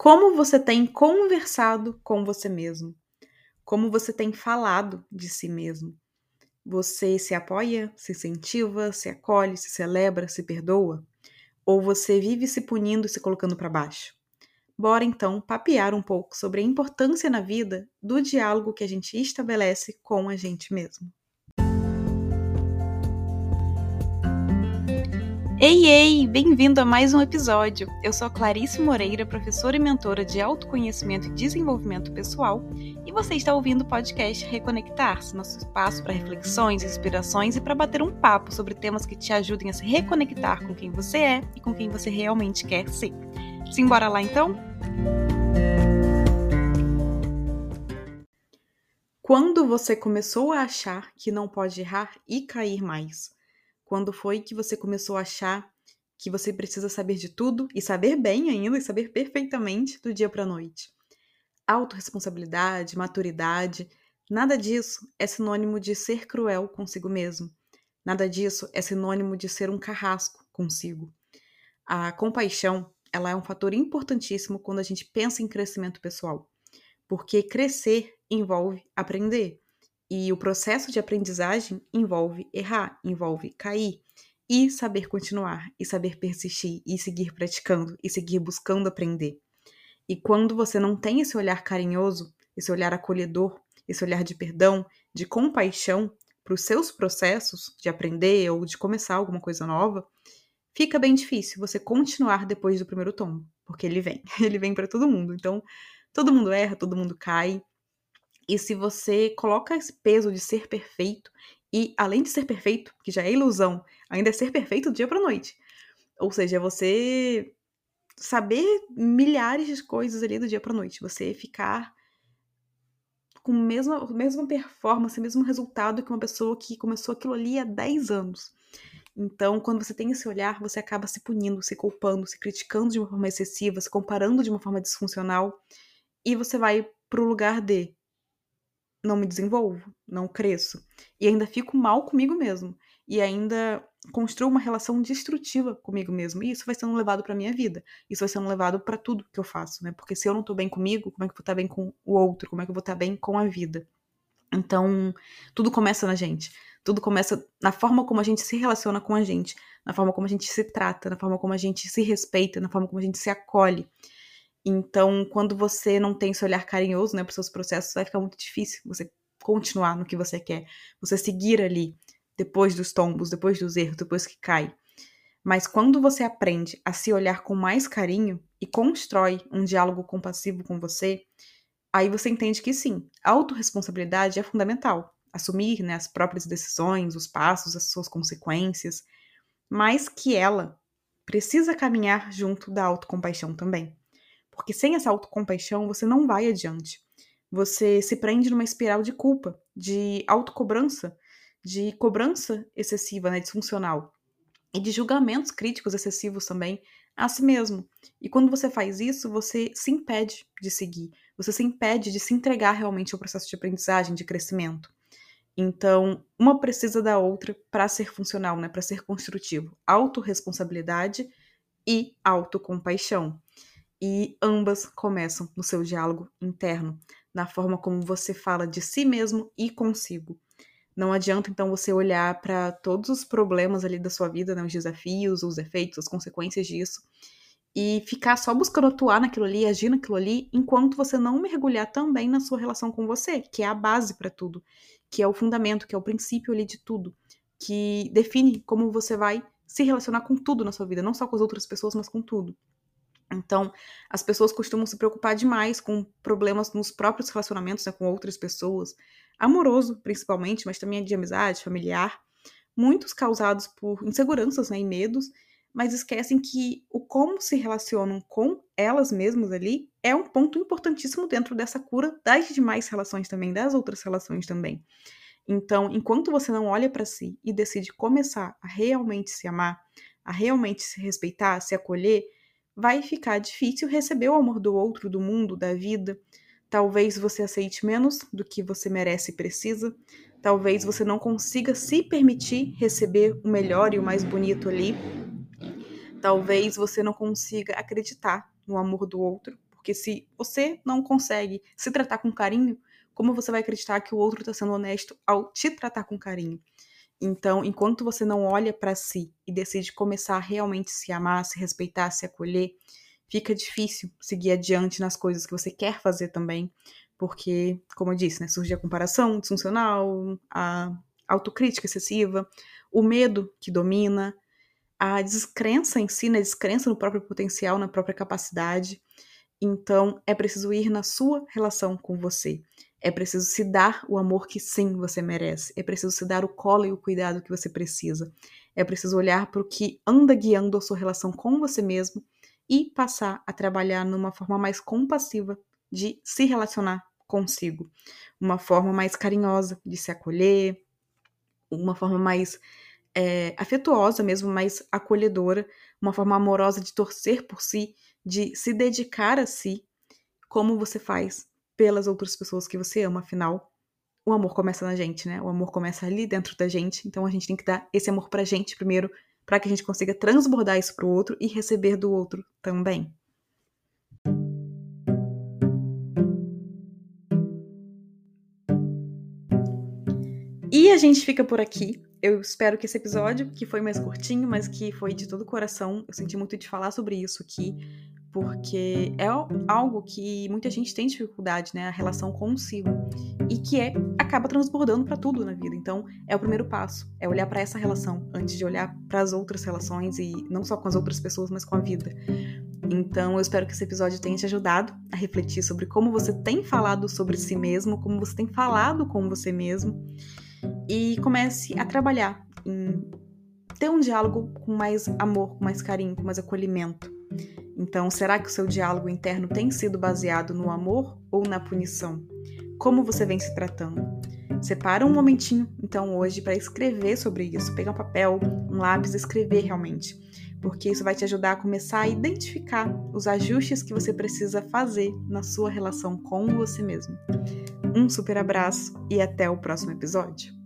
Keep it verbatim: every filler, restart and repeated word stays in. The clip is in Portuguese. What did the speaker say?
Como você tem conversado com você mesmo? Como você tem falado de si mesmo? Você se apoia, se incentiva, se acolhe, se celebra, se perdoa? Ou você vive se punindo e se colocando para baixo? Bora então papear um pouco sobre a importância na vida do diálogo que a gente estabelece com a gente mesmo. Ei, ei! Bem-vindo a mais um episódio! Eu sou a Clarice Moreira, professora e mentora de autoconhecimento e desenvolvimento pessoal, e você está ouvindo o podcast Reconectar-se, nosso espaço para reflexões, inspirações e para bater um papo sobre temas que te ajudem a se reconectar com quem você é e com quem você realmente quer ser. Simbora lá então? Quando você começou a achar que não pode errar e cair mais? Quando foi que você começou a achar que você precisa saber de tudo e saber bem ainda e saber perfeitamente do dia para a noite? Autorresponsabilidade, maturidade, nada disso é sinônimo de ser cruel consigo mesmo. Nada disso é sinônimo de ser um carrasco consigo. A compaixão, ela é um fator importantíssimo quando a gente pensa em crescimento pessoal, porque crescer envolve aprender. E o processo de aprendizagem envolve errar, envolve cair e saber continuar, e saber persistir, e seguir praticando, e seguir buscando aprender. E quando você não tem esse olhar carinhoso, esse olhar acolhedor, esse olhar de perdão, de compaixão para os seus processos de aprender ou de começar alguma coisa nova, fica bem difícil você continuar depois do primeiro tombo, porque ele vem, ele vem para todo mundo. Então, todo mundo erra, todo mundo cai. E se você coloca esse peso de ser perfeito, e além de ser perfeito, que já é ilusão, ainda é ser perfeito do dia para noite. Ou seja, é você saber milhares de coisas ali do dia para noite. Você ficar com a mesma, mesma performance, o mesmo resultado que uma pessoa que começou aquilo ali há dez anos. Então, quando você tem esse olhar, você acaba se punindo, se culpando, se criticando de uma forma excessiva, se comparando de uma forma disfuncional, e você vai pro lugar de não me desenvolvo, não cresço, e ainda fico mal comigo mesmo, e ainda construo uma relação destrutiva comigo mesmo, e isso vai sendo levado pra minha vida, isso vai sendo levado pra tudo que eu faço, né, porque se eu não tô bem comigo, como é que eu vou estar bem com o outro, como é que eu vou estar bem com a vida? Então, tudo começa na gente, tudo começa na forma como a gente se relaciona com a gente, na forma como a gente se trata, na forma como a gente se respeita, na forma como a gente se acolhe. Então, quando você não tem esse olhar carinhoso, né, para os seus processos, vai ficar muito difícil você continuar no que você quer, você seguir ali depois dos tombos, depois dos erros, depois que cai. Mas quando você aprende a se olhar com mais carinho e constrói um diálogo compassivo com você, aí você entende que sim, a autorresponsabilidade é fundamental. Assumir, né, as próprias decisões, os passos, as suas consequências, mas que ela precisa caminhar junto da autocompaixão também. Porque sem essa autocompaixão, você não vai adiante. Você se prende numa espiral de culpa, de autocobrança, de cobrança excessiva, né, disfuncional, e de julgamentos críticos excessivos também a si mesmo. E quando você faz isso, você se impede de seguir, você se impede de se entregar realmente ao processo de aprendizagem, de crescimento. Então, uma precisa da outra para ser funcional, né, para ser construtivo. Autorresponsabilidade e autocompaixão. E ambas começam no seu diálogo interno, na forma como você fala de si mesmo e consigo. Não adianta, então, você olhar para todos os problemas ali da sua vida, né, os desafios, os efeitos, as consequências disso, e ficar só buscando atuar naquilo ali, agir naquilo ali, enquanto você não mergulhar também na sua relação com você, que é a base para tudo, que é o fundamento, que é o princípio ali de tudo, que define como você vai se relacionar com tudo na sua vida, não só com as outras pessoas, mas com tudo. Então, as pessoas costumam se preocupar demais com problemas nos próprios relacionamentos, né, com outras pessoas, amoroso principalmente, mas também de amizade, familiar, muitos causados por inseguranças, né, e medos, mas esquecem que o como se relacionam com elas mesmas ali é um ponto importantíssimo dentro dessa cura das demais relações também, das outras relações também. Então, enquanto você não olha para si e decide começar a realmente se amar, a realmente se respeitar, se acolher, vai ficar difícil receber o amor do outro, do mundo, da vida. Talvez você aceite menos do que você merece e precisa. Talvez você não consiga se permitir receber o melhor e o mais bonito ali. Talvez você não consiga acreditar no amor do outro, Porque se você não consegue se tratar com carinho, como você vai acreditar que o outro está sendo honesto ao te tratar com carinho? Então, enquanto você não olha para si e decide começar a realmente se amar, se respeitar, se acolher, fica difícil seguir adiante nas coisas que você quer fazer também, porque, como eu disse, né, surge a comparação disfuncional, a autocrítica excessiva, o medo que domina, a descrença em si, né, descrença no próprio potencial, na própria capacidade. Então, é preciso ir na sua relação com você. É preciso se dar o amor que sim você merece. É preciso se dar o colo e o cuidado que você precisa. É preciso olhar para o que anda guiando a sua relação com você mesmo e passar a trabalhar numa forma mais compassiva de se relacionar consigo. Uma forma mais carinhosa de se acolher, uma forma mais é, afetuosa mesmo, mais acolhedora, uma forma amorosa de torcer por si, de se dedicar a si, como você faz pelas outras pessoas que você ama. Afinal, o amor começa na gente, né? O amor começa ali dentro da gente, então a gente tem que dar esse amor pra gente primeiro, para que a gente consiga transbordar isso pro outro e receber do outro também. E a gente fica por aqui. Eu espero que esse episódio, que foi mais curtinho, mas que foi de todo o coração, eu senti muito de falar sobre isso aqui, porque é algo que muita gente tem dificuldade, né? A relação consigo. E que é, acaba transbordando para tudo na vida. Então, é o primeiro passo. É olhar para essa relação, antes de olhar para as outras relações, e não só com as outras pessoas, mas com a vida. Então, eu espero que esse episódio tenha te ajudado a refletir sobre como você tem falado sobre si mesmo, como você tem falado com você mesmo, e comece a trabalhar em ter um diálogo com mais amor, com mais carinho, com mais acolhimento. Então, será que o seu diálogo interno tem sido baseado no amor ou na punição? Como você vem se tratando? Separa um momentinho, então, hoje para escrever sobre isso. Pegar um papel, um lápis e escrever realmente. Porque isso vai te ajudar a começar a identificar os ajustes que você precisa fazer na sua relação com você mesmo. Um super abraço e até o próximo episódio.